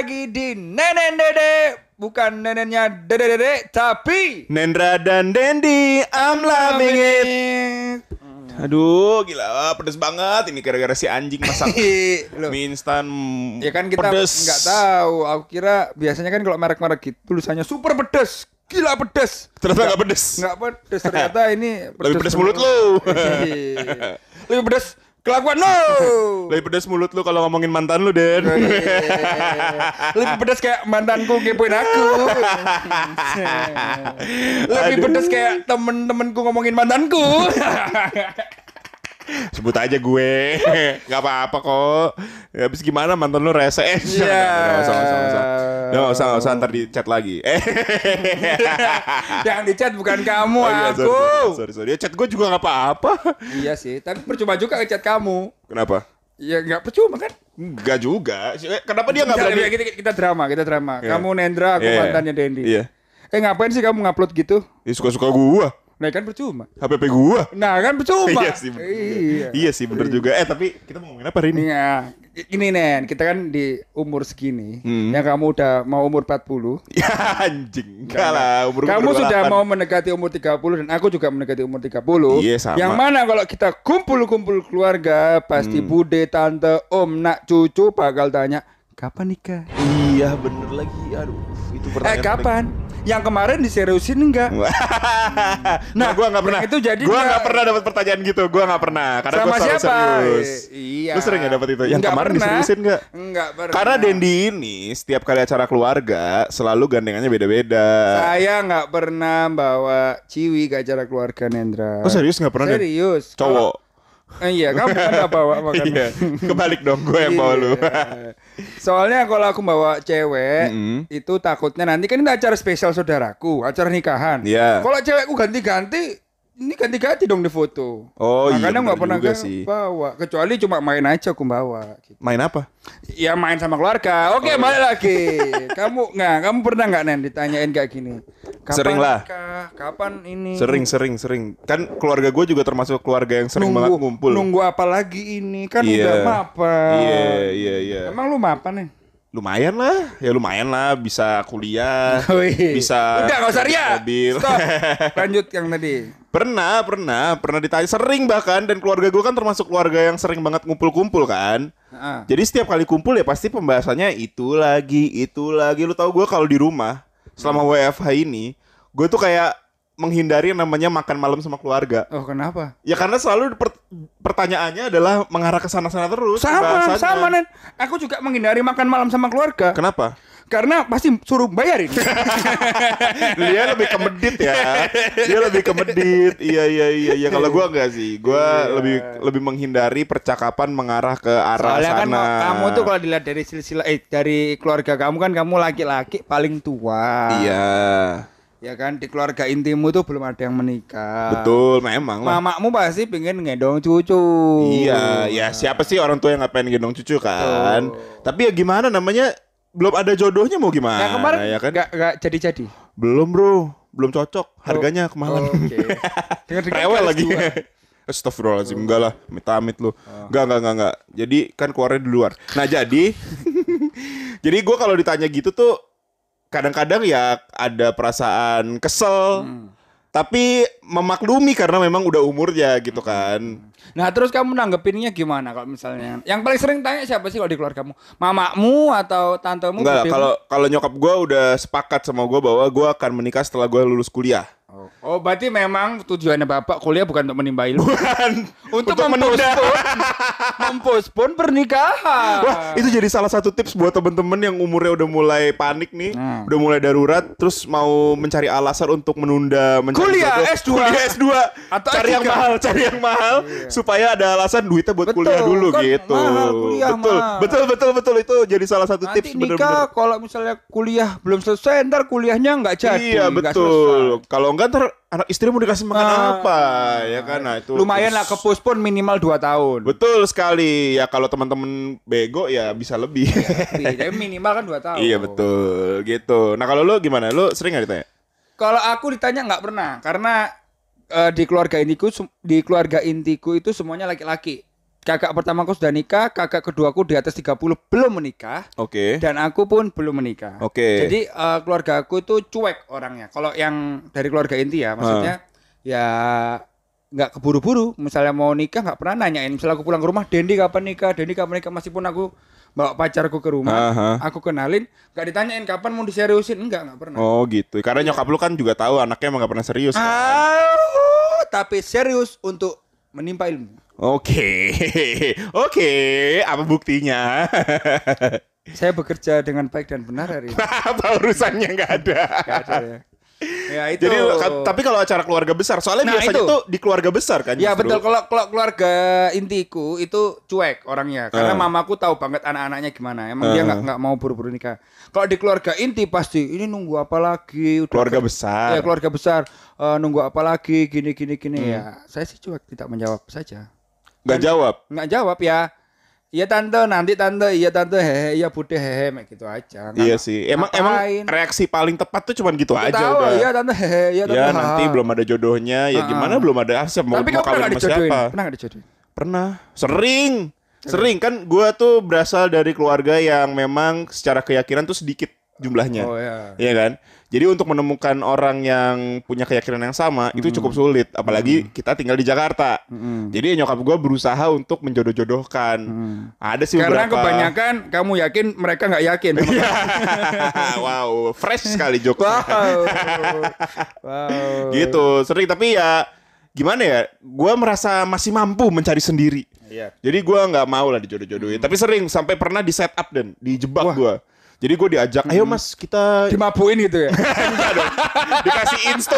lagi di Nenen Dede. Bukan nenennya Dede tapi Nendra dan Dendi, I'm loving it. Aduh, gila, pedes banget ini gara-gara si anjing masak mie instan. Ya kan kita nggak tahu. Aku kira biasanya kan kalau merek-merek gitu tulisannya super pedes, gila pedes. Ternyata nggak pedes. Nggak pedes. Ternyata ini Lebih pedes mulut lu. Lebih pedes kelakuan lu. Lebih pedes mulut lu kalau ngomongin mantan lu, Den. Lebih pedes kayak mantanku ngepoin aku. Lebih pedes kayak temen-temenku ngomongin mantanku. Sebut aja gue. Gak apa-apa kok. Ya, habis gimana mantan lu rese? Iya. Gak usah ntar di chat lagi. Yang di chat bukan kamu, iya, aku. Sorry. Ya, chat gue juga gak apa-apa. Iya sih, tapi percuma juga ke chat kamu. Kenapa? Ya gak percuma kan? Enggak juga. Kenapa dia gak berani? Kita drama. Yeah. Kamu Nendra, aku mantannya Dendi. Iya. Ngapain sih kamu ngupload gitu? Ya suka-suka gua. Nah kan percuma. HPP gua. Nah kan percuma. Iya sih bener juga. Tapi kita mau ngomongin apa hari ini? Iya. Ini Nen, kita kan di umur segini. Yang kamu udah mau umur 40. Ya anjing. Enggak lah, umur kamu 28. sudah mau mendekati umur 30 dan aku juga mendekati umur 30. Iya sama. Yang mana kalau kita kumpul-kumpul keluarga, pasti bude, tante, om, nak, cucu bakal tanya, kapan nikah? Iya bener lagi. Aduh, itu pertanyaan. Kapan? Yang kemarin diseriusin enggak? Nah, gua enggak pernah. Itu jadi gua enggak pernah dapat pertanyaan gitu. Gua enggak pernah karena sama gua selalu siapa? serius. Iya. Lu sering enggak dapat itu? Yang Enggak kemarin pernah. diseriusin enggak? Enggak pernah. Karena Dendi ini setiap kali acara keluarga selalu gandengannya beda-beda. Saya enggak pernah bawa ciwi ke acara keluarga Nendra. Oh serius enggak pernah? Serius. Cowok. Iya, kamu kan enggak bawa makanya. Iya, kebalik dong gue yang bawa lu. Soalnya kalau aku bawa cewek, itu takutnya nanti kan ini acara spesial saudaraku, acara nikahan. Iya. Kalau cewekku ganti-ganti, ini ganti-ganti dong di foto. Oh iya. Makanya nggak pernah juga kan sih. bawa, kecuali cuma main aja aku bawa. Gitu. Main apa? Ya main sama keluarga. Oke, balik lagi. Kamu pernah nggak Nen ditanyain kayak gini? Kapan Sering lah. nikah? Kapan ini? Sering. Kan keluarga gue juga termasuk keluarga yang sering banget ngumpul. Nunggu apa lagi ini? Kan Iya. udah mapan. Iya. Emang lu mapan nih? Lumayan lah, bisa kuliah, bisa udah nggak usah ria. Mobil. Stop. Lanjut yang tadi. Pernah ditanya, sering bahkan, dan keluarga gue kan termasuk keluarga yang sering banget ngumpul-kumpul kan. Jadi setiap kali kumpul ya pasti pembahasannya itu lagi. Lu tahu gue kalau di rumah selama WFH ini, gue tuh kayak menghindari yang namanya makan malam sama keluarga. Oh kenapa? Ya karena selalu pertanyaannya adalah mengarah ke sana-sana terus. Sama Nen. Aku juga menghindari makan malam sama keluarga. Kenapa? Karena pasti suruh bayarin. Dia lebih ke medit ya. Iya. Kalau gua enggak sih. Gua lebih menghindari percakapan mengarah ke arah soalnya sana. Kan kamu tuh kalau dilihat dari silsilah dari keluarga kamu kan kamu laki-laki paling tua. Iya. Ya kan di keluarga intimu tuh belum ada yang menikah. Betul, memang lah. Mamakmu pasti pengen ngendong cucu. Iya, ya siapa sih orang tua yang nggak pengen gendong cucu kan? Tapi ya gimana namanya belum ada jodohnya mau gimana? Yang kemarin ya kan? Nggak jadi. Belum bro, belum cocok. Harganya kemahalan. Okay. Rewel lagi. Astagfirullahaladzim, enggak lah, amit-amit lu. Enggak. Jadi kan keluarnya di luar. Nah jadi gue kalau ditanya gitu tuh kadang-kadang ya ada perasaan kesel, tapi memaklumi karena memang udah umurnya gitu kan. Nah terus kamu nanggepinnya gimana kalau misalnya yang paling sering tanya siapa sih kalau di keluargamu? Mamamu atau tantemu? Enggak, kalau nyokap gue udah sepakat sama gue bahwa gue akan menikah setelah gue lulus kuliah. Oh berarti memang tujuannya bapak kuliah bukan untuk menimba ilmu. Bukan. Untuk mempospon pernikahan. Wah itu jadi salah satu tips buat temen-temen yang umurnya udah mulai panik nih, udah mulai darurat, terus mau mencari alasan untuk menunda kuliah S2 atau cari yang mahal supaya ada alasan duitnya buat kuliah dulu kan gitu. Mahal kuliah, Betul itu jadi salah satu nanti tips bener-bener. bener-bener. Kalau misalnya kuliah belum selesai ntar kuliahnya nggak jadi. Iya betul. Kalau enggak ntar anak istri mau dikasih makan apa ya kan? Nah itu lumayan lah ke postpone minimal 2 tahun. Betul sekali. Ya kalau teman-teman bego ya bisa lebih. Tapi minimal kan 2 tahun. Iya betul gitu. Nah kalau lu gimana? Lu sering nggak ditanya? Kalau aku ditanya nggak pernah karena di keluarga intiku itu semuanya laki-laki. kakak pertamaku sudah nikah, kakak keduaku di atas 30 belum menikah. Oke. Dan aku pun belum menikah. Oke. Jadi keluarga aku itu cuek orangnya. Kalau yang dari keluarga inti ya, maksudnya ya nggak keburu-buru. Misalnya mau nikah nggak pernah nanyain. Misalnya aku pulang ke rumah, Dendi kapan nikah? Meskipun aku bawa pacarku ke rumah, aku kenalin, nggak ditanyain kapan mau diseriusin, nggak pernah. Oh gitu. Karena nyokap lu kan juga tahu anaknya emang nggak pernah serius. Kan? Tapi serius untuk menimpa ilmu. Oke. Oke. Apa buktinya? Saya bekerja dengan baik dan benar hari ini. Apa urusannya nggak ada? Nggak ada ya. Ya itu. Jadi tapi kalau acara keluarga besar, soalnya biasanya tuh di keluarga besar kan. Ya justru. betul, kalau keluarga intiku itu cuek orangnya, karena mamaku tahu banget anak-anaknya gimana. Emang dia nggak mau buru-buru nikah. Kalau di keluarga inti pasti ini nunggu apa lagi? Keluarga besar. Ya keluarga besar nunggu apa lagi? Gini. Ya saya sih cuek, tidak menjawab saja. Nggak jawab. Nggak jawab ya. Iya tante, nanti tante, iya tante, hehe, iya bude, hehe, gitu aja. Iya sih. Emang reaksi paling tepat tuh cuman gitu aja tahu, udah. iya tante, hehe, iya tante. Ya nanti belum ada jodohnya, ya gimana belum ada asap mau Tapi kawin sama siapa? Pernah nggak dijodohin? Pernah. Sering kan gua tuh berasal dari keluarga yang memang secara keyakinan tuh sedikit jumlahnya. Oh ya. Iya kan? Jadi untuk menemukan orang yang punya keyakinan yang sama itu cukup sulit, apalagi kita tinggal di Jakarta. Jadi nyokap gue berusaha untuk menjodoh-jodohkan. Ada sih Karena beberapa. kebanyakan kamu yakin, mereka nggak yakin. Wow, fresh sekali jokesnya. Wow. Gitu, sering tapi ya gimana ya? Gue merasa masih mampu mencari sendiri. Iya. Jadi gue nggak mau lah dijodoh-jodohin. Tapi sering sampai pernah di set up dan dijebak gue. Jadi gue diajak, ayo mas kita Dimabuin gitu ya? Enggak dong. Dikasih insto.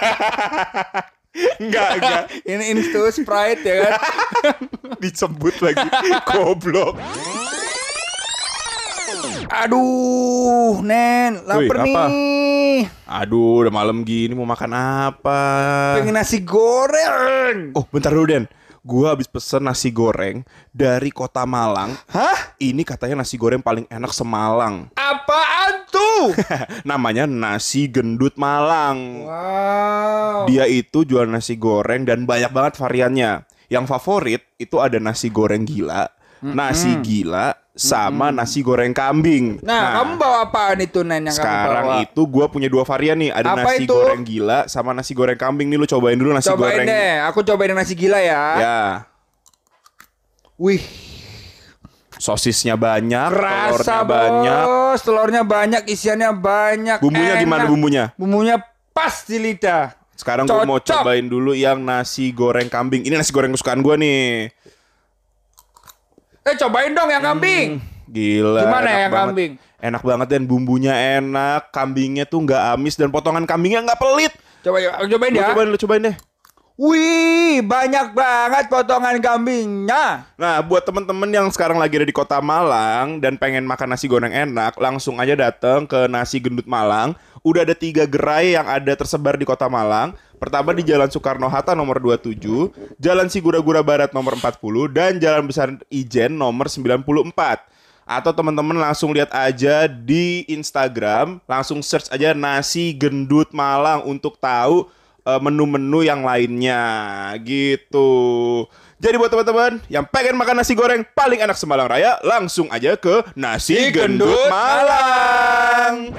Enggak. Ini Insto Sprite ya kan? Disebut lagi. Goblok. Aduh, Nen, lapar Wih, apa? nih. Aduh, udah malam gini mau makan apa? Pengen nasi goreng. Oh, bentar dulu, Den. Gua habis pesen nasi goreng dari Kota Malang. Hah? Ini katanya nasi goreng paling enak Semalang. Apaan tuh? Namanya nasi gendut Malang. Wow. Dia itu jual nasi goreng dan banyak banget variannya. Yang favorit itu ada nasi goreng gila, nasi gila, sama nasi goreng kambing. Nah, kamu bawa apaan itu, Nen, yang kamu bawa? Sekarang itu gue punya dua varian nih. Ada Apa nasi itu? goreng gila sama nasi goreng kambing. Nih lu cobain dulu nasi Cobain goreng. deh, aku cobain yang nasi gila ya. Ya, Wih, sosisnya banyak, telurnya rasa banyak. bos, telurnya banyak, isiannya banyak. Bumbunya enak. gimana bumbunya? Bumbunya pas di lidah. Sekarang gue mau Cocok. cobain dulu yang nasi goreng kambing. Ini nasi goreng kesukaan gue nih. Cobain dong yang kambing. Gila. Gimana enak yang banget. kambing? Enak banget dan bumbunya enak, kambingnya tuh nggak amis dan potongan kambingnya nggak pelit. Coba yuk, aku cobain ya. Lu cobain deh. Wih, banyak banget potongan kambingnya. Nah, buat temen-temen yang sekarang lagi ada di Kota Malang dan pengen makan nasi goreng enak, langsung aja datang ke Nasi Gendut Malang. Udah ada 3 gerai yang ada tersebar di Kota Malang. Pertama di Jalan Soekarno-Hatta nomor 27, Jalan Sigura-Gura Barat nomor 40, dan Jalan Besar Ijen nomor 94. Atau teman-teman langsung lihat aja di Instagram, langsung search aja Nasi Gendut Malang untuk tahu menu-menu yang lainnya gitu. Jadi buat teman-teman yang pengen makan nasi goreng paling enak Semalang Raya, langsung aja ke Nasi Gendut Malang.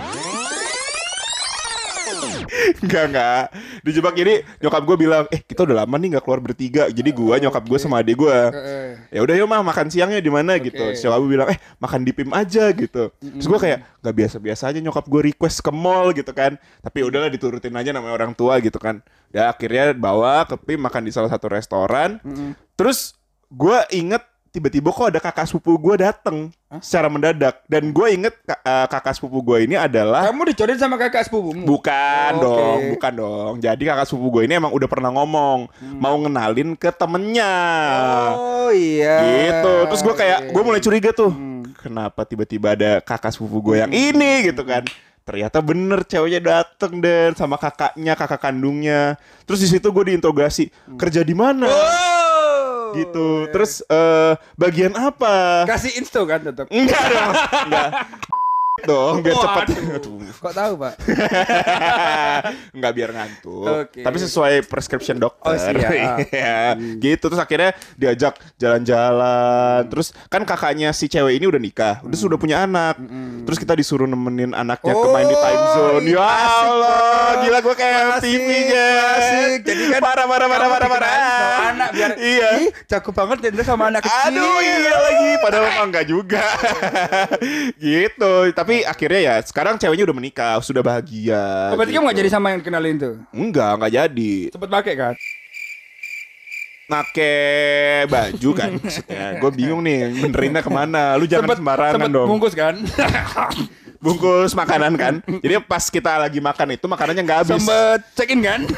Enggak dijebak. Jadi nyokap gue bilang, kita udah lama nih gak keluar bertiga. Jadi gue, nyokap gue sama adik gue, ya udah yuk mah makan siangnya di mana gitu. Si nyokap gue bilang, makan di PIM aja gitu. Terus gue kayak gak biasa-biasa aja nyokap gue request ke mall gitu kan. Tapi udahlah diturutin aja namanya orang tua gitu kan. Ya akhirnya bawa ke PIM makan di salah satu restoran. Terus gue inget tiba-tiba kok ada kakak sepupu gue dateng secara mendadak. Dan gue inget kakak sepupu gue ini adalah... Kamu dicodohin sama kakak sepupumu? Bukan dong. Jadi kakak sepupu gue ini emang udah pernah ngomong mau ngenalin ke temennya. Oh iya. Gitu. Terus gue kayak gue mulai curiga tuh. Kenapa tiba-tiba ada kakak sepupu gue yang ini gitu kan? Ternyata bener ceweknya dateng dan sama kakaknya, kakak kandungnya. Terus di situ gue diinterogasi, kerja di mana? Gitu. Terus bagian apa? Kasih insto kan tetap. Enggak dong. Enggak. dong biar cepet. Waduh. Kok tahu, Pak? Enggak biar ngantuk. Oke. Tapi sesuai prescription dokter. Oh, siap. Iya. Gitu terus akhirnya diajak jalan-jalan. Terus kan kakaknya si cewek ini udah nikah, udah sudah punya anak. Terus kita disuruh nemenin anaknya ke main di time zone. Ya asik Allah, dong. gila gue kayak TV Asik. Jadi kan parah. sama anak biar Iya. ih, jago banget Dendra sama anak kecil. Aduh iya lagi. Padahal mah enggak juga. Gitu. Tapi akhirnya ya sekarang ceweknya udah menikah, sudah bahagia. Oh, berarti kamu gak jadi sama yang kenalin tuh? Enggak jadi. Cepet pakai kan? Make baju kan maksudnya. Gue bingung nih benerinnya kemana. Lu jangan sembarangan sempet dong. bungkus kan? Bungkus makanan kan. Jadi pas kita lagi makan itu makanannya nggak habis. Sempet check in kan?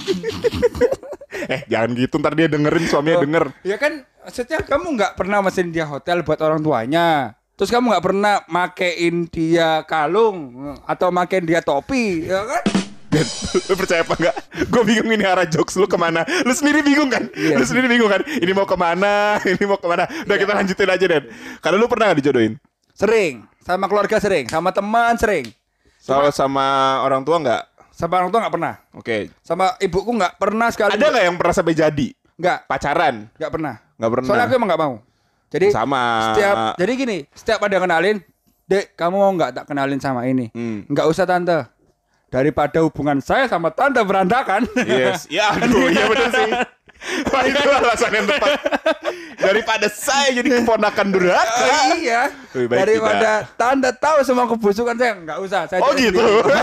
Jangan gitu ntar dia dengerin suaminya denger. Ya kan, maksudnya kamu nggak pernah mesin dia hotel buat orang tuanya. Terus kamu nggak pernah makein dia kalung atau makein dia topi, ya kan? Dan lu percaya apa enggak? Gue bingung ini arah jokes lu kemana. Lu sendiri bingung kan? Iya. Lu sendiri bingung kan? Ini mau kemana? Ini mau kemana? Udah kita lanjutin aja Den. Kalau lu pernah gak dijodohin? Sering, sama keluarga sering, sama teman sering. Sama orang tua nggak? Sama orang tua nggak pernah. Oke. Sama ibuku nggak pernah sekali. Ada nggak yang pernah sampai jadi? Nggak, Pacaran? nggak pernah. Nggak pernah. Soalnya aku emang nggak mau. Jadi Sama. jadi gini, setiap ada kenalin, Dek, kamu mau nggak tak kenalin sama ini? Nggak usah tante. Daripada hubungan saya sama tante berantakan. Yes. Ya aduh, iya benar sih. Wah, itu alasan yang tepat. Daripada saya jadi keponakan durhaka. Iya. Lebih baik Daripada tante tahu semua kebusukan saya, nggak usah. Saya Oh jadi gitu. sendiri.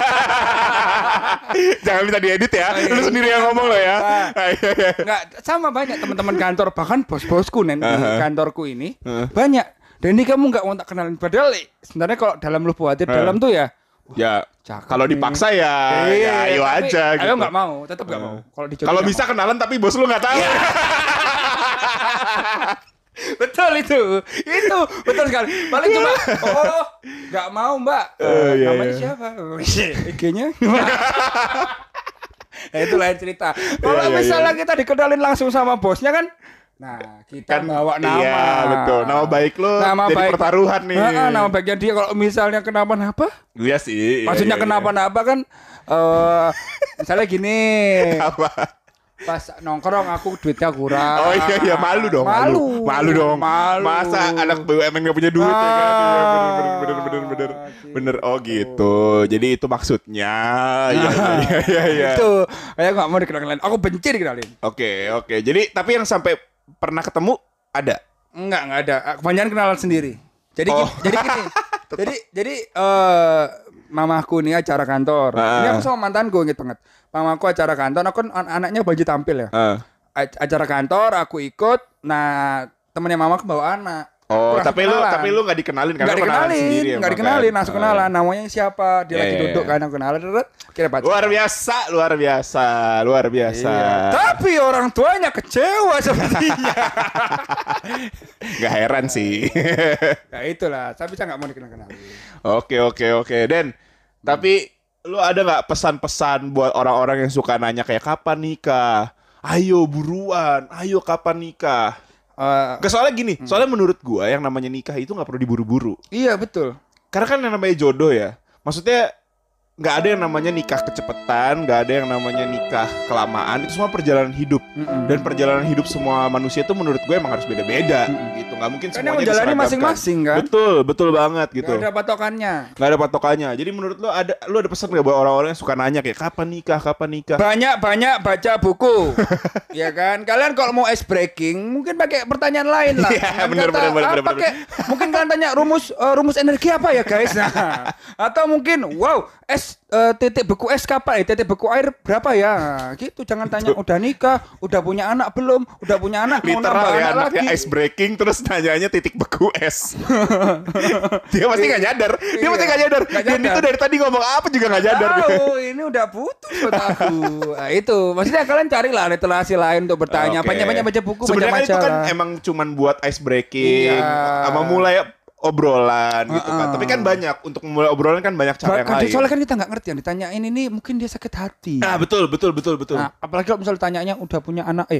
Jangan minta diedit ya. Lu sendiri yang ngomong lo ya. Iya. Nggak, sama banyak teman-teman kantor, bahkan bos-bosku nih di kantorku ini banyak. Dan ini kamu nggak mau tak kenalin, padahal sebenarnya kalau dalam lu khawatir dalam tuh ya. Ya, Cakep kalau nih. dipaksa ya, Iya, ya ayo tapi aja gitu. Ayo nggak mau, tetap nggak mau. Kalau dicoba Kalau nggak bisa mau. kenalan tapi bos lu nggak tahu. Betul itu betul sekali. Paling cuma nggak mau Mbak. Iya, Namanya iya. siapa? IG-nya. Nah, itu lain cerita. Kalau Iya, iya, misalnya kita dikenalin langsung sama bosnya kan, nah kita bawa nama. Iya, betul. Nama baik lu jadi pertaruhan nih. Nama baiknya dia kalau misalnya kenapa-napa, Iya sih. maksudnya iya. kenapa-napa kan, misalnya gini. Apa? Pas nongkrong aku duitnya kurang. Oh iya malu dong. Malu dong. Malu. Masa anak BUMN gak punya duit ya kan? Iya, bener. Bener. Oh gitu. Jadi itu maksudnya. Iya. Itu saya nggak mau dikenalin. Aku benci dikenalin. Oke. Jadi tapi yang sampai pernah ketemu ada? Enggak ada. Kebanyakan kenalan sendiri. Jadi jadi gini. jadi mamaku nih acara kantor. Ini aku sama mantanku inget banget. Mamaku acara kantor, aku kan anaknya baju tampil ya. Acara kantor aku ikut. Nah, temennya mamaku bawa anak. Oh, tapi lu nggak dikenalin kan? Nggak dikenalin, nggak dikenalin, langsung kenalan. Namanya siapa? Dia lagi Iya, duduk iya. kan, aku kenalan. Kira pacar. Luar biasa. Iya. Tapi orang tuanya kecewa sepertinya. Gak heran sih. Ya itulah, tapi saya nggak mau dikenal-kenal. Oke. Den, tapi lu ada nggak pesan-pesan buat orang-orang yang suka nanya kayak kapan nikah? Ayo buruan, ayo kapan nikah? Soalnya gini, soalnya menurut gua yang namanya nikah itu nggak perlu diburu-buru. Iya betul. Karena kan yang namanya jodoh ya. Maksudnya nggak ada yang namanya nikah kecepatan, nggak ada yang namanya nikah kelamaan. Itu semua perjalanan hidup. Dan perjalanan hidup semua manusia itu menurut gue emang harus beda-beda gitu. Nggak mungkin Karena semuanya menjalani diseragamkan. masing-masing kan. Betul banget gitu. Gak ada patokannya. Nggak ada patokannya. Jadi menurut lu ada pesan nggak buat orang-orang yang suka nanya kayak kapan nikah? Banyak baca buku. Ya kan? Kalian kalau mau ice breaking mungkin pakai pertanyaan lain lah. Iya, Dengan bener. pakai mungkin kalian tanya rumus energi apa ya guys? Nah, atau mungkin titik beku es kapan? Titik beku air berapa ya? Nah, gitu. Jangan tanya udah nikah, udah punya anak belum? Udah punya anak mau Literal nambah ya anak anaknya lagi. ice breaking terus nanyanya titik beku es. Dia pasti nggak nyadar. Dia pasti nggak nyadar. Nggak Dan nyadar. itu dari tadi ngomong apa juga nggak nyadar. Tahu, ini udah putus buat aku. Nah, itu. Maksudnya kalian carilah literasi lain untuk bertanya. Oke. Banyak baca buku, baca Sebenarnya kan itu kan majalah. emang cuman buat ice breaking, Iya. sama mulai obrolan gitu kan. Tapi kan banyak untuk memulai obrolan kan banyak cara yang lain. Soalnya kan kita nggak ngerti yang ditanyain ini mungkin dia sakit hati. Betul. Nah, apalagi kalau misalnya tanyanya udah punya anak,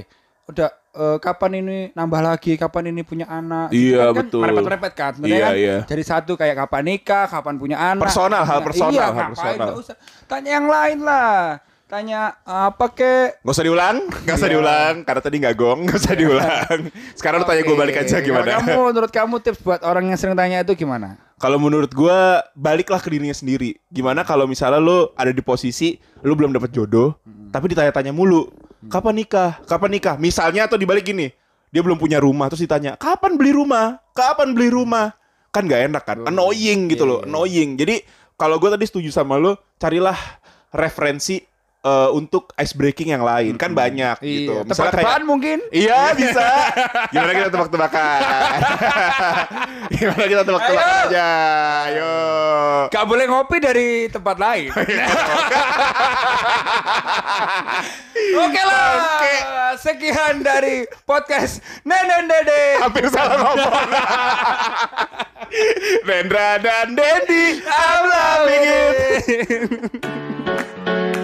udah kapan ini nambah lagi, kapan ini punya anak. Iya, kan betul. Merepet-repet kan. Sebenarnya Iya, kan iya. Jadi satu kayak kapan nikah, kapan punya anak. Personal, hal personal, Iya, hal ngapain, personal. nggak usah. Tanya yang lain lah. Tanya apa kek? Gak usah diulang, gak usah diulang. Karena tadi gak gong, gak usah diulang. Sekarang lu tanya gue balik aja gimana. Menurut kamu tips buat orang yang sering tanya itu gimana? Kalau menurut gue, baliklah ke dirinya sendiri. Gimana kalau misalnya lu ada di posisi lu belum dapet jodoh, tapi ditanya-tanya mulu, kapan nikah? Kapan nikah? Misalnya atau dibalik gini, dia belum punya rumah terus ditanya, kapan beli rumah? Kapan beli rumah? Kan gak enak kan? Annoying gitu loh, annoying. Jadi kalau gue tadi setuju sama lu, carilah referensi untuk ice breaking yang lain. Kan banyak gitu. Misalnya Tebak-tebakan mungkin? Iya bisa. Gimana kita tebak-tebakan? Gimana kita tebak-tebakan aja? Ayo. Gak boleh ngopi dari tempat lain. Oke lah. Sekian dari podcast Nenen Dede. Hampir salah ngomong. Rendra dan Dendi. I'm loving it.